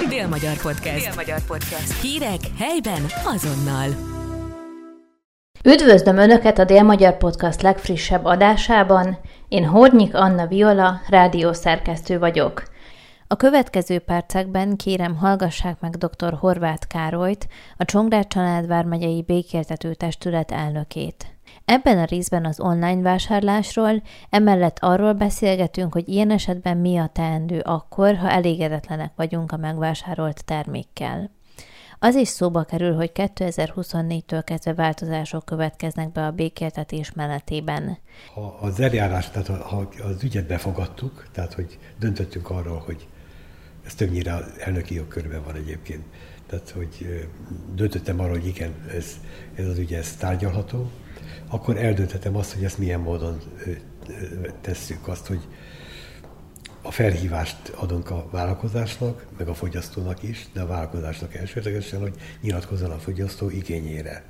Dél-Magyar Podcast. Dél-Magyar Podcast. Hírek helyben azonnal. Üdvözlöm Önöket a Dél-Magyar Podcast legfrissebb adásában. Én Hornyik Anna Viola, rádiószerkesztő vagyok. A következő percekben kérem hallgassák meg dr. Horváth Károlyt, a Csongrád vármegyei Békéltető Testület elnökét. Ebben a részben az online vásárlásról, emellett arról beszélgetünk, hogy ilyen esetben mi a teendő akkor, ha elégedetlenek vagyunk a megvásárolt termékkel. Az is szóba kerül, hogy 2024-től kezdve változások következnek be a békéltetés menetében. Ha az eljárás, tehát ha az ügyet befogadtuk, tehát hogy döntöttünk arról, hogy ez többnyire az elnöki jogkörben van egyébként, tehát hogy döntöttem arról, hogy igen, ez az ügy, ez tárgyalható, akkor eldönthetem azt, hogy ezt milyen módon tesszük azt, hogy a felhívást adunk a vállalkozásnak, meg a fogyasztónak is, de a vállalkozásnak elsődlegesen, hogy nyilatkozzon a fogyasztó igényére.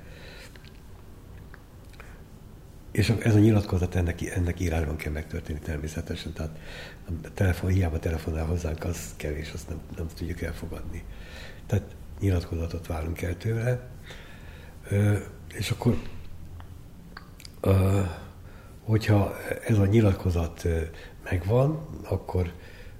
És ez a nyilatkozat ennek írásban kell megtörténni természetesen, tehát hiába telefonál hozzánk, az kevés, azt nem tudjuk elfogadni. Tehát nyilatkozatot várunk el tőle, és akkor hogyha ez a nyilatkozat megvan, akkor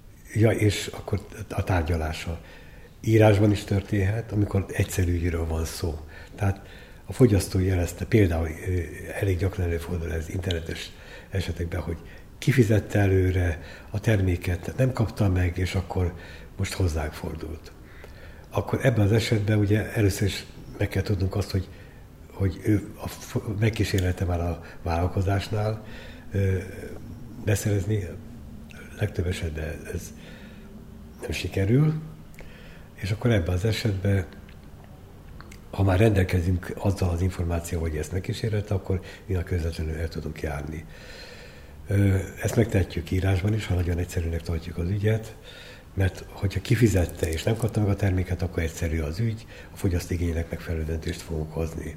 a tárgyalása írásban is történhet, amikor egyszerű ügyről van szó. Tehát a fogyasztó jelezte, például elég gyakran előfordul ez internetes esetekben, hogy kifizette előre a terméket, nem kapta meg, és akkor most hozzánk fordult. Akkor ebben az esetben ugye először is meg kell tudnunk azt, hogy ő megkísérlelte már a vállalkozásnál beszerezni, legtöbb esetben ez nem sikerül, és akkor ebben az esetben, ha már rendelkezünk azzal az információval, hogy ezt megkísérlelte, akkor mi a közvetlenül el tudunk járni. Ezt megtehetjük írásban is, ha nagyon egyszerűnek tartjuk az ügyet, mert hogyha kifizette és nem kapta meg a terméket, akkor egyszerű az ügy, a fogyasztó igényének megfelelő döntést fogunk hozni.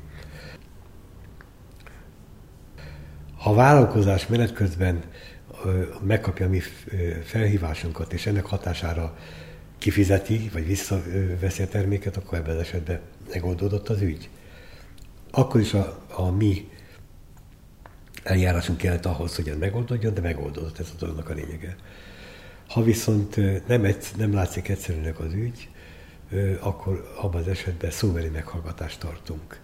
Ha a vállalkozás menet közben megkapja a mi felhívásunkat, és ennek hatására kifizeti, vagy visszaveszi a terméket, akkor ebben az esetben megoldódott az ügy. Akkor is a mi eljárásunk kellett ahhoz, hogy ez megoldódjon, de megoldódott, ez a dolognak a lényege. Ha viszont nem látszik egyszerűnek az ügy, akkor abban az esetben szóbeli meghallgatást tartunk.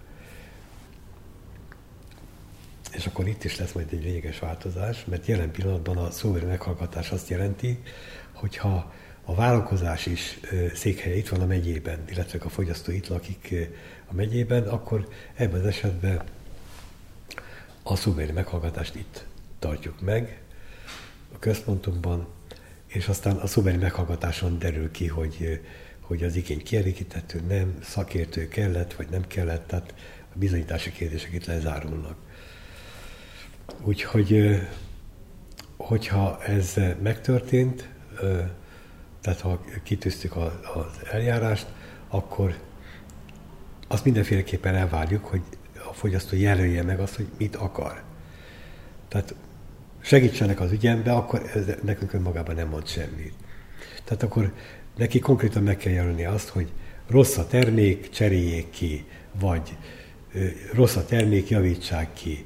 És akkor itt is lesz majd egy lényeges változás, mert jelen pillanatban a szóbeli meghallgatás azt jelenti, hogyha a vállalkozás is székhelye itt van a megyében, illetve a fogyasztó itt lakik a megyében, akkor ebben az esetben a szóbeli meghallgatást itt tartjuk meg a központunkban, és aztán a szóbeli meghallgatáson derül ki, hogy az igény kielégíthető, nem, szakértő kellett, vagy nem kellett, tehát a bizonyítási kérdések itt lezárulnak. Úgyhogy, hogyha ez megtörtént, tehát ha kitűztük az eljárást, akkor azt mindenféleképpen elvárjuk, hogy a fogyasztó jelölje meg azt, hogy mit akar. Tehát segítsenek az ügyembe, akkor ez nekünk önmagában nem mond semmit. Tehát akkor neki konkrétan meg kell jelölni azt, hogy rossz a termék, cseréljék ki, vagy rossz a termék, javítsák ki.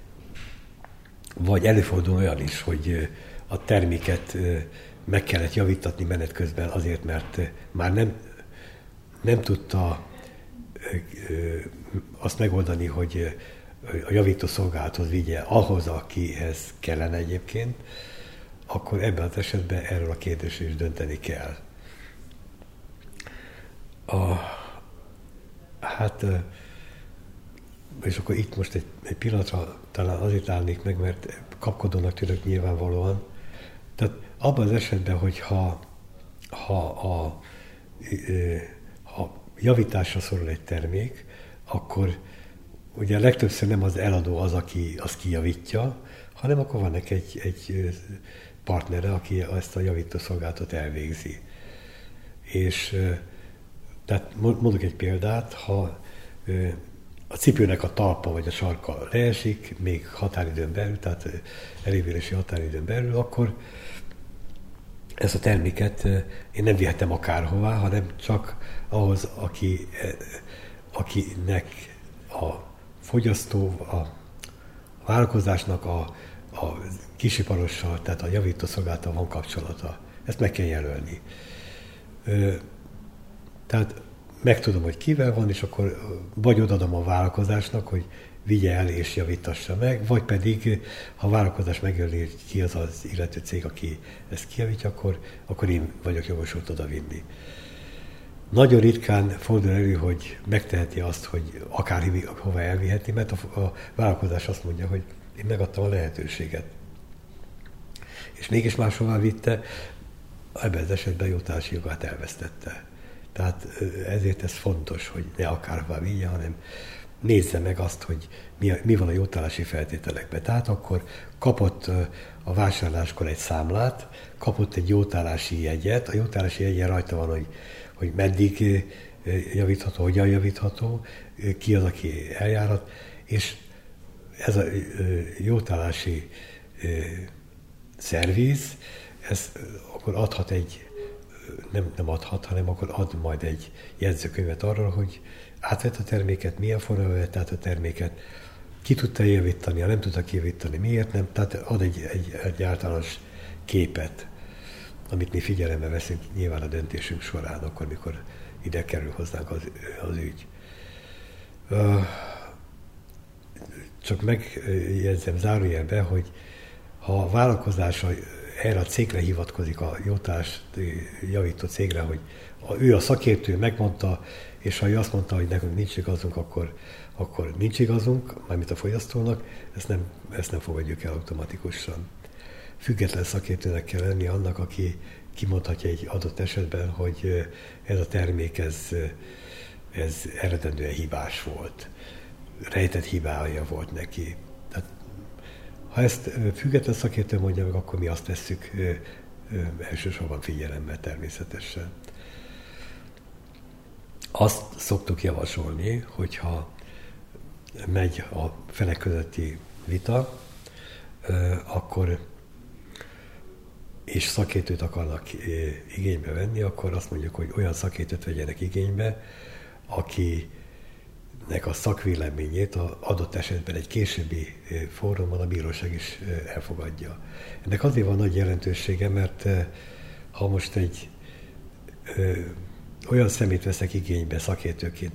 Vagy előfordul olyan is, hogy a terméket meg kellett javítatni menet közben azért, mert már nem tudta azt megoldani, hogy a javító szolgálathoz vigye ahhoz, akihez kellene egyébként, akkor ebben az esetben erről a kérdésről is dönteni kell. És akkor itt most egy pillanatra talán azért állnék meg, mert kapkodónak tűnök nyilvánvalóan. Tehát abban az esetben, hogy ha javításra szorul egy termék, akkor ugye legtöbbször nem az eladó az, aki azt kijavítja, hanem akkor van neki egy partnere, aki ezt a javító szolgálatot elvégzi. És tehát mondok egy példát, ha a cipőnek a talpa vagy a sarka leesik, még határidőn belül, tehát elévülési határidőn belül, akkor ezt a terméket én nem vihetem akárhová, hanem csak ahhoz, akinek a fogyasztó, a vállalkozásnak a kisiparossal, tehát a javítószolgálattal van kapcsolata. Ezt meg kell jelölni. Tehát megtudom, hogy kivel van, és akkor vagy odaadom a vállalkozásnak, hogy vigye el és javítassa meg, vagy pedig, ha a vállalkozás megjelöli, hogy ki az az illető cég, aki ezt kijavítja, akkor én vagyok jogosult oda vinni. Nagyon ritkán fordul elő, hogy megteheti azt, hogy akárhova elviheti, mert a vállalkozás azt mondja, hogy én megadtam a lehetőséget. És mégis máshová vitte, ebben az esetben jótállási jogát elvesztette. Tehát ezért ez fontos, hogy ne akárhová vigye, hanem nézze meg azt, hogy mi van a jótállási feltételekben. Tehát akkor kapott a vásárláskor egy számlát, kapott egy jótállási jegyet, a jótállási jegyen rajta van, hogy meddig javítható, hogyan javítható, ki az, aki eljárat, és ez a jótállási szerviz, ez akkor adhat nem adhat, hanem akkor ad majd egy jegyzőkönyvet arról, hogy átvett a terméket, milyen formában vett át a terméket, ki tudta javítani, ha nem tudta kijavítani, miért nem, tehát ad egy általános képet, amit mi figyelembe veszünk nyilván a döntésünk során, akkor, mikor ide kerül hozzánk az ügy. Csak megjegyzem zárójelbe, hogy ha a vállalkozás erre a cégre hivatkozik, a jótállást javító cégre, hogy ő a szakértő megmondta, és ha ő azt mondta, hogy nekünk nincs igazunk, akkor nincs igazunk, mármint a fogyasztónak, ezt nem fogadjuk el automatikusan. Független szakértőnek kell lenni annak, aki kimondhatja egy adott esetben, hogy ez a termék, ez eredendően hibás volt. Rejtett hibája volt neki. Tehát, ha ezt független szakértő mondja meg, akkor mi azt vesszük elsősorban figyelembe természetesen. Azt szoktuk javasolni, hogyha megy a felek közötti vita, akkor és szakértőt akarnak igénybe venni, akkor azt mondjuk, hogy olyan szakértőt vegyenek igénybe, akinek a szakvéleményét adott esetben egy későbbi fórumon a bíróság is elfogadja. Ennek azért van nagy jelentősége, mert ha most egy olyan szemét veszek igénybe szakértőként,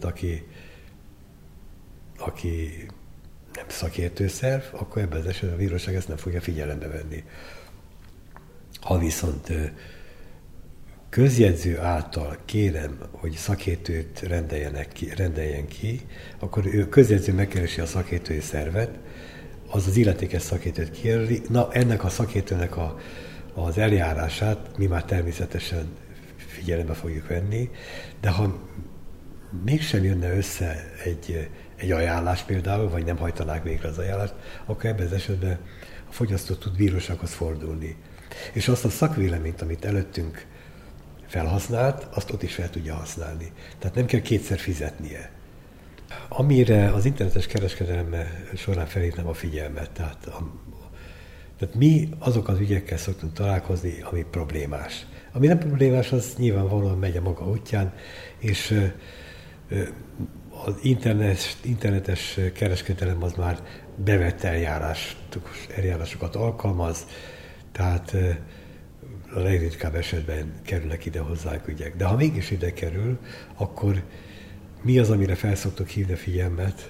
aki nem szakértőszerv, akkor ebben az esetben a bíróság ezt nem fogja figyelembe venni. Ha viszont közjegyző által kérem, hogy szakértőt rendeljen ki, akkor ő közjegyző megkeresi a szakértői szervet, az illetékes szakértőt kijelöli. Na, ennek a szakértőnek az eljárását mi már természetesen figyelembe fogjuk venni, de ha mégsem jönne össze egy ajánlás például, vagy nem hajtanák végre az ajánlást, akkor ebben az esetben a fogyasztó tud bírósághoz fordulni. És azt a szakvéleményt, amit előttünk felhasznált, azt ott is fel tudja használni. Tehát nem kell kétszer fizetnie. Amire az internetes kereskedelem során felhívnám a figyelmet, tehát mi azok az ügyekkel szoktunk találkozni, ami problémás. Ami nem problémás, az nyilvánvalóan megy a maga útján, és az internetes kereskedelem az már bevett eljárásokat alkalmaz, tehát a legritkább esetben kerülnek ide hozzánk ügyek. De ha mégis ide kerül, akkor mi az, amire fel szoktuk hívni a figyelmet,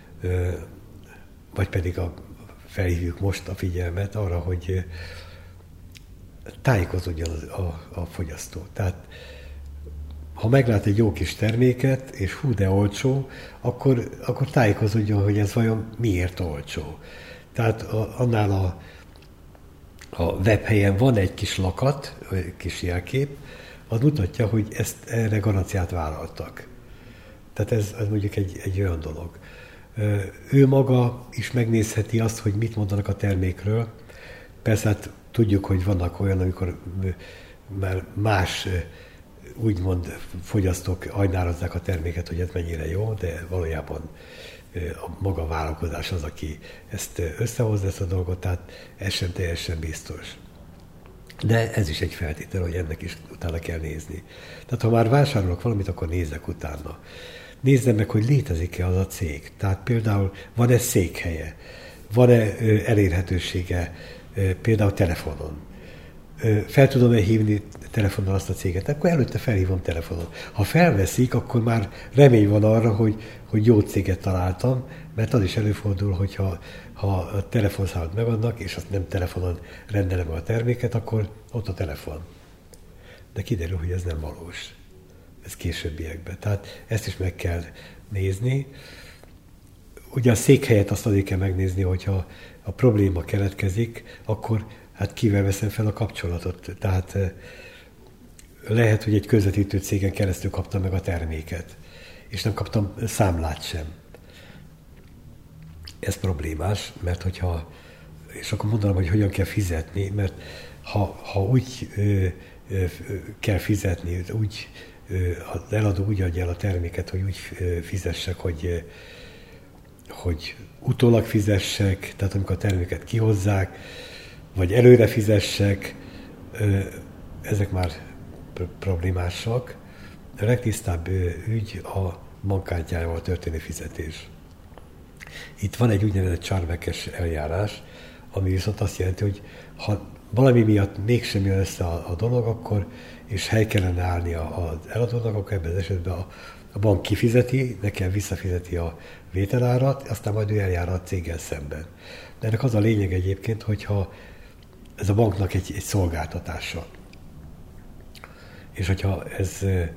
vagy pedig felhívjuk most a figyelmet arra, hogy tájékozódjon a fogyasztó. Tehát ha meglát egy jó kis terméket, és hú, de olcsó, akkor tájékozódjon, hogy ez vajon miért olcsó. Tehát annál a webhelyen van egy kis lakat, egy kis jelkép, az mutatja, hogy erre garanciát vállaltak. Tehát ez mondjuk egy olyan dolog. Ő maga is megnézheti azt, hogy mit mondanak a termékről. Persze hát tudjuk, hogy vannak olyan, amikor már más úgymond fogyasztók ajnározzák a terméket, hogy ez mennyire jó, de valójában a maga vállalkozás az, aki ezt összehozza, ezt a dolgot, tehát ez sem teljesen biztos. De ez is egy feltétel, hogy ennek is utána kell nézni. Tehát ha már vásárolok valamit, akkor nézzek utána. Nézzem meg, hogy létezik-e az a cég. Tehát például van-e székhelye, van-e elérhetősége például telefonon. Fel tudom-e hívni telefonon azt a céget, akkor előtte felhívom telefonon. Ha felveszik, akkor már remény van arra, hogy jó céget találtam, mert az is előfordul, hogyha a telefonszámot megadnak, és azt nem telefonon rendelem a terméket, akkor ott a telefon. De kiderül, hogy ez nem valós. Ez későbbiekben. Tehát ezt is meg kell nézni. Ugye a székhelyet azt azért kell megnézni, hogyha a probléma keletkezik, akkor hát kivel veszem fel a kapcsolatot. Tehát lehet, hogy egy közvetítő cégen keresztül kaptam meg a terméket, és nem kaptam számlát sem. Ez problémás, mert hogyha, és akkor mondanám, hogy hogyan kell fizetni, mert ha úgy kell fizetni, úgy az eladó úgy adja el a terméket, hogy úgy fizessek, hogy utólag fizessek, tehát amikor a terméket kihozzák, vagy előre fizessek, ezek már problémásak. A legtisztább ügy a bankkártyával történő fizetés. Itt van egy úgynevezett chargeback-es eljárás, ami viszont azt jelenti, hogy ha valami miatt mégsem jön össze a dolog, akkor, és hely kellene állni az eladónak, akkor ebben az esetben a bank kifizeti, nekem visszafizeti a vételárat, aztán majd ő eljár a céggel szemben. De ennek az a lényeg egyébként, hogyha ez a banknak egy szolgáltatása. És hogyha ez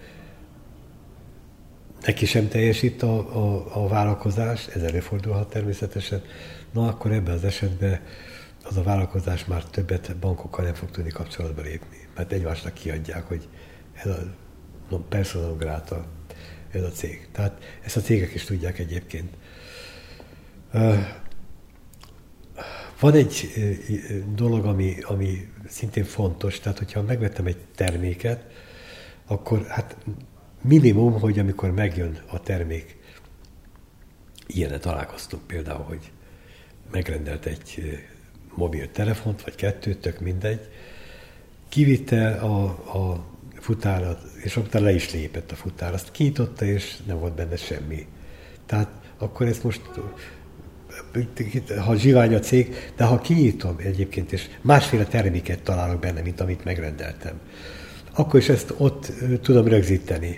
neki sem teljesít a vállalkozás, ez előfordulhat természetesen, na akkor ebben az esetben az a vállalkozás már többet bankokkal nem fog tudni kapcsolatba lépni. Mert egymásnak kiadják, hogy ez a persona non grata, ez a cég. Tehát ezt a cégek is tudják egyébként. Van egy dolog, ami szintén fontos, tehát hogyha megvettem egy terméket, akkor hát minimum, hogy amikor megjön a termék, ilyennel találkoztunk például, hogy megrendelt egy mobiltelefont, vagy kettőt, tök mindegy, kivitte a futárat, és utána le is lépett a futár, azt kinyitotta, és nem volt benne semmi. Tehát akkor ezt most, ha zsivány a cég, de ha kinyitom egyébként, és másféle terméket találok benne, mint amit megrendeltem, akkor is ezt ott tudom rögzíteni.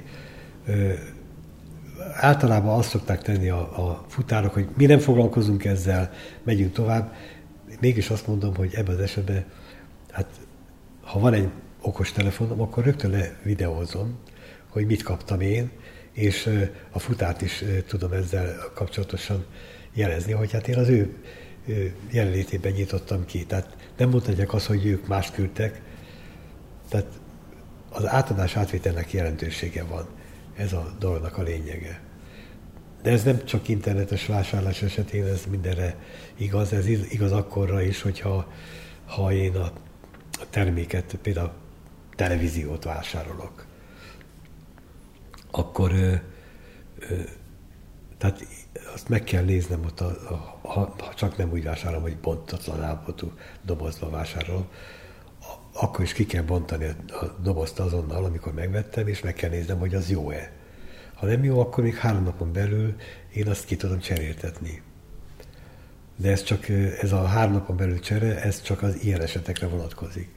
Általában azt szokták tenni a futárok, hogy mi nem foglalkozunk ezzel, megyünk tovább. Mégis azt mondom, hogy ebben az esetben, hát ha van egy okos telefonom, akkor rögtön levideózom, hogy mit kaptam én, és a futárt is tudom ezzel kapcsolatosan jelezni, hogy hát én az ő jelenlétében nyitottam ki. Tehát nem mondhatják azt, hogy ők mást küldtek. Tehát az átadás átvételnek jelentősége van. Ez a dolognak a lényege. De ez nem csak internetes vásárlás esetén, ez mindenre igaz. Ez igaz akkorra is, hogyha én a terméket, például televíziót vásárolok. Akkor tehát azt meg kell néznem ott, ha csak nem úgy vásárolom, hogy bontatlan állapotú dobozba vásárolom, akkor is ki kell bontani a dobozt azonnal, amikor megvettem, és meg kell néznem, hogy az jó-e. Ha nem jó, akkor még 3 napon belül én azt ki tudom cseréltetni. De ez a 3 napon belül csere, ez csak az ilyen esetekre vonatkozik.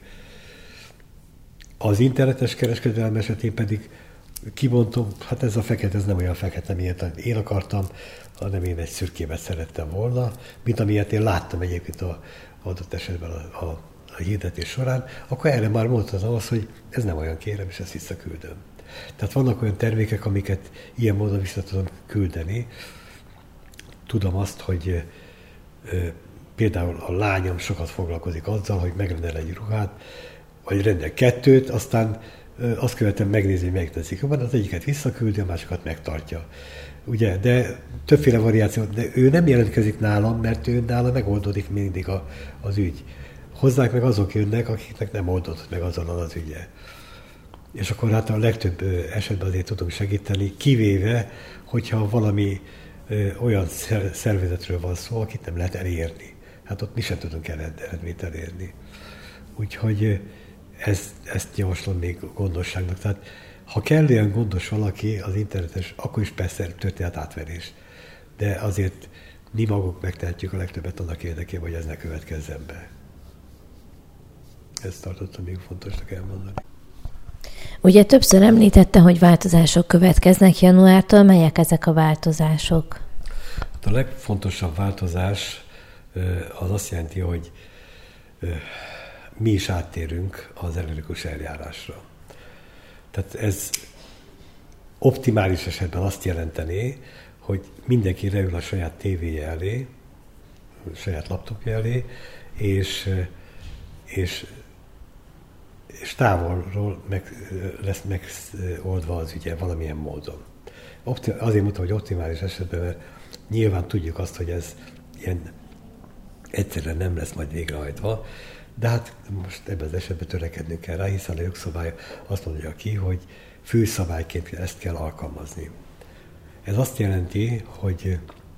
Az internetes kereskedelem esetén pedig kibontom, hát ez a fekete, ez nem olyan fekete, milyet én akartam, hanem én egy szürkébet szerettem volna, mint amilyet én láttam egyébként adott esetben a hirdetés során, akkor erre már mondhatom azt, hogy ez nem olyan, kérem, és ezt visszaküldöm. Tehát vannak olyan termékek, amiket ilyen módon vissza tudom küldeni. Tudom azt, hogy például a lányom sokat foglalkozik azzal, hogy megrendel egy ruhát, vagy rendel 2, aztán azt követően megnézi, hogy melyik tetszik jobban, az egyiket visszaküldi, a másikat megtartja. Ugye, de többféle variáció, de ő nem jelentkezik nálam, mert ő nála megoldódik mindig az ügy. Hozzák meg azok jönnek, akiknek nem oldódott meg azonnal az ügye. És akkor hát a legtöbb esetben azért tudom segíteni, kivéve, hogyha valami olyan szervezetről van szó, akit nem lehet elérni. Hát ott mi sem tudunk eredményt elérni. Úgyhogy ezt javaslom még gondosságnak. Tehát ha kellően gondos valaki az internetes, akkor is persze történhet átverés. De azért mi maguk megtehetjük a legtöbbet annak érdekében, hogy ez ne következzen be. Ezt tartottam még fontosnak elmondani. Ugye többször említette, hogy változások következnek januártól. Melyek ezek a változások? A legfontosabb változás az azt jelenti, hogy mi is áttérünk az elektronikus eljárásra. Tehát ez optimális esetben azt jelentené, hogy mindenki leül a saját tévéje elé, a saját laptopja elé, és távolról lesz megoldva az ügye valamilyen módon. Azért mondtam, hogy optimális esetben, mert nyilván tudjuk azt, hogy ez ilyen egyszerűen nem lesz majd végrehajtva, de hát most ebben az esetben törekednünk kell rá, hiszen a jogszabály azt mondja ki, hogy főszabályként ezt kell alkalmazni. Ez azt jelenti, hogy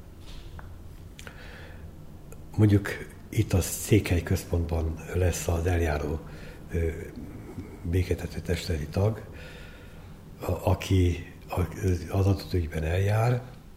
mondjuk itt a székhely központban lesz az eljáró békéltető testületi tag, aki az adott ügyben eljár,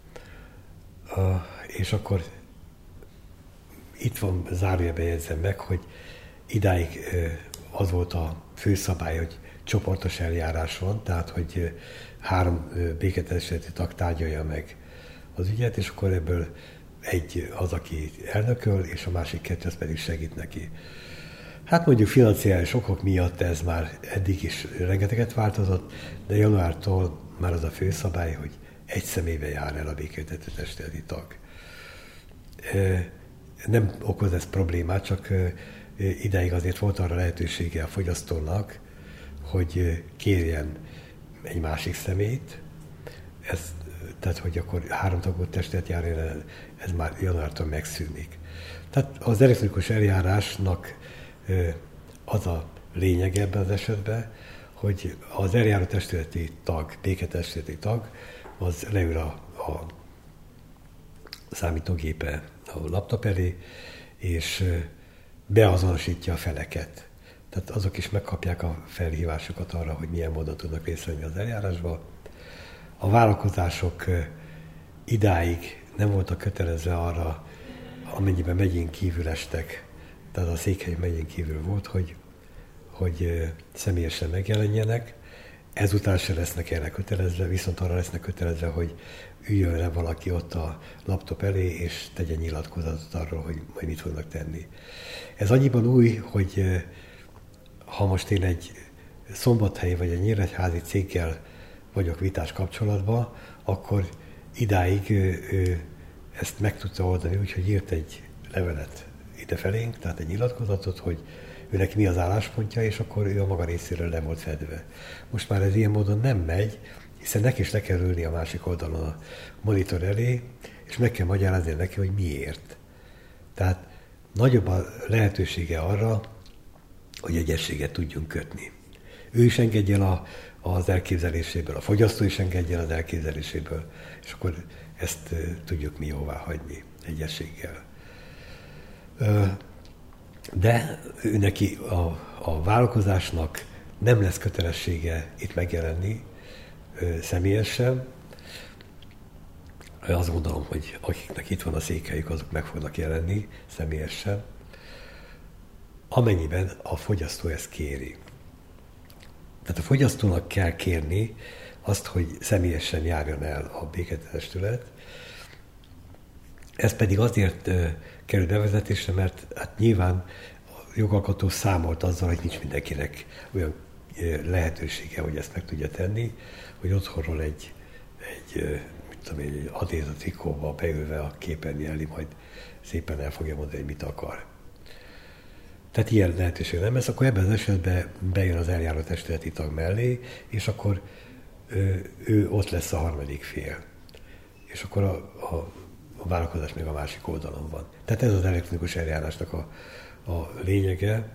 és akkor itt van, zárójelben jegyzem meg, hogy idáig az volt a főszabály, hogy csoportos eljárás van, tehát hogy 3 békéltető tag tárgyalja meg az ügyet, és akkor ebből egy az, aki elnököl, és a másik 2 az pedig segít neki. Hát mondjuk financiális okok miatt ez már eddig is rengeteget változott, de januártól már az a főszabály, hogy egy személybe jár el a békéltető testületi tag. Nem okoz ez problémát, csak idáig azért volt arra lehetősége a fogyasztónak, hogy kérjen egy másik személyt, tehát hogy akkor 3 tagú testület jár el, ez már januártól megszűnik. Tehát az elektronikus eljárásnak az a lényeg ebben az esetben, hogy az eljáró testületi tag, béketestületi tag, az leül a számítógépe a laptop elé, és beazonosítja a feleket. Tehát azok is megkapják a felhívásokat arra, hogy milyen módon tudnak részt venni az eljárásba. A vállalkozások idáig nem voltak kötelezve arra, amennyiben megyén kívül estek, tehát a székhely megyén kívül volt, hogy személyesen megjelenjenek. Ezután se lesznek erre kötelezve, viszont arra lesznek kötelezve, hogy üljön le valaki ott a laptop elé, és tegyen nyilatkozatot arról, hogy majd mit fognak tenni. Ez annyiban új, hogy ha most én egy szombathelyi vagy egy nyíregyházi céggel vagyok vitás kapcsolatban, akkor idáig ezt meg tudta oldani, úgyhogy írt egy levelet idefelénk, tehát egy nyilatkozatot, hogy ő neki mi az álláspontja, és akkor ő a maga részéről le volt fedve. Most már ez ilyen módon nem megy, hiszen neki is le kell ülni a másik oldalon a monitor elé, és meg kell magyarázni neki, hogy miért. Tehát nagyobb a lehetősége arra, hogy egyességet tudjunk kötni. Ő is engedje el az elképzeléséből, a fogyasztó is engedje el az elképzeléséből, és akkor ezt tudjuk mi jóvá hagyni egyességgel. De ő neki a vállalkozásnak nem lesz kötelessége itt megjelenni személyesen. Azt gondolom, hogy akiknek itt van a székhelyük, azok meg fognak jelenni személyesen, amennyiben a fogyasztó ezt kéri. Tehát a fogyasztónak kell kérni azt, hogy személyesen járjon el a béketestület. Ez pedig azért kerül bevezetésre, mert hát nyilván a jogalkotó számolt azzal, hogy nincs mindenkinek olyan lehetősége, hogy ezt meg tudja tenni, hogy otthonról egy adéza trikóba beülve a képernyő elé majd szépen el fogja mondani, hogy mit akar. Tehát ilyen lehetőség nem lesz, akkor ebben az esetben bejön az eljáró testületi tag mellé, és akkor ő ott lesz a harmadik fél. És akkor a vállalkozás még a másik oldalon van. Tehát ez az elektronikus eljárásnak a lényege,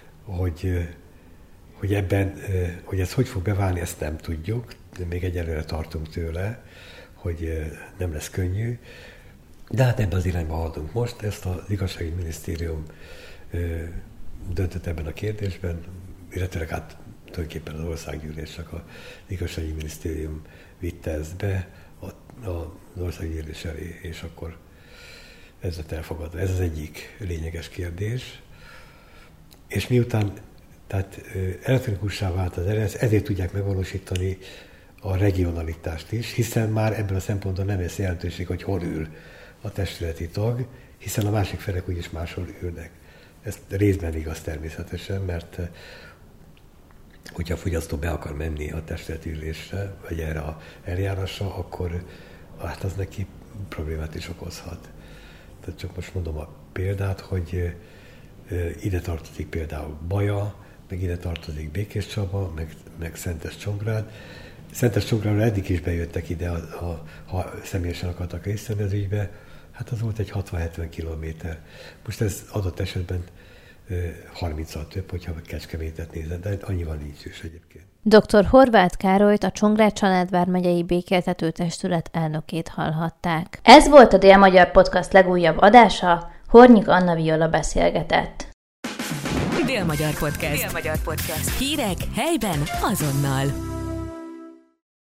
hogy ebben, hogy ez hogy fog beválni, ezt nem tudjuk, de még egyelőre tartunk tőle, hogy nem lesz könnyű, de hát ebben az irányba haladunk most. Ezt az igazságügyi minisztérium döntött ebben a kérdésben, illetőleg hát tulajdonképpen az országgyűlésnek az igazságügyi minisztérium vitte ezt be az országgyűlés elé, és akkor ez lett elfogadva. Ez az egyik lényeges kérdés. És miután tehát elektronikussá vált az LRS, ezért tudják megvalósítani a regionalitást is, hiszen már ebből a szempontból nem lesz jelentőség, hogy hol ül a testületi tag, hiszen a másik felek úgyis máshol ülnek. Ez részben igaz természetesen, mert hogyha a fogyasztó be akar menni a testületi ülésre, vagy erre az eljárásra, akkor hát az neki problémát is okozhat. Tehát csak most mondom a példát, hogy ide tartozik például Baja, meg ide tartozik Békéscsaba, meg Szentes-Csongrád. Szentes-Csongrádra eddig is bejöttek ide, ha személyesen akartak részt venni az ügybe, hát az volt egy 60-70 kilométer. Most ez adott esetben 30-al több, hogyha Kecskemétet nézed, de annyival nincs is egyébként. Dr. Horváth Károlyt, a Csongrád-Csanád vármegyei békéltető testület elnökét hallhatták. Ez volt a Dél-Magyar Podcast legújabb adása, Hornyik Anna Viola beszélgetett. Dél-Magyar Podcast. Dél-Magyar Podcast. Hírek helyben azonnal.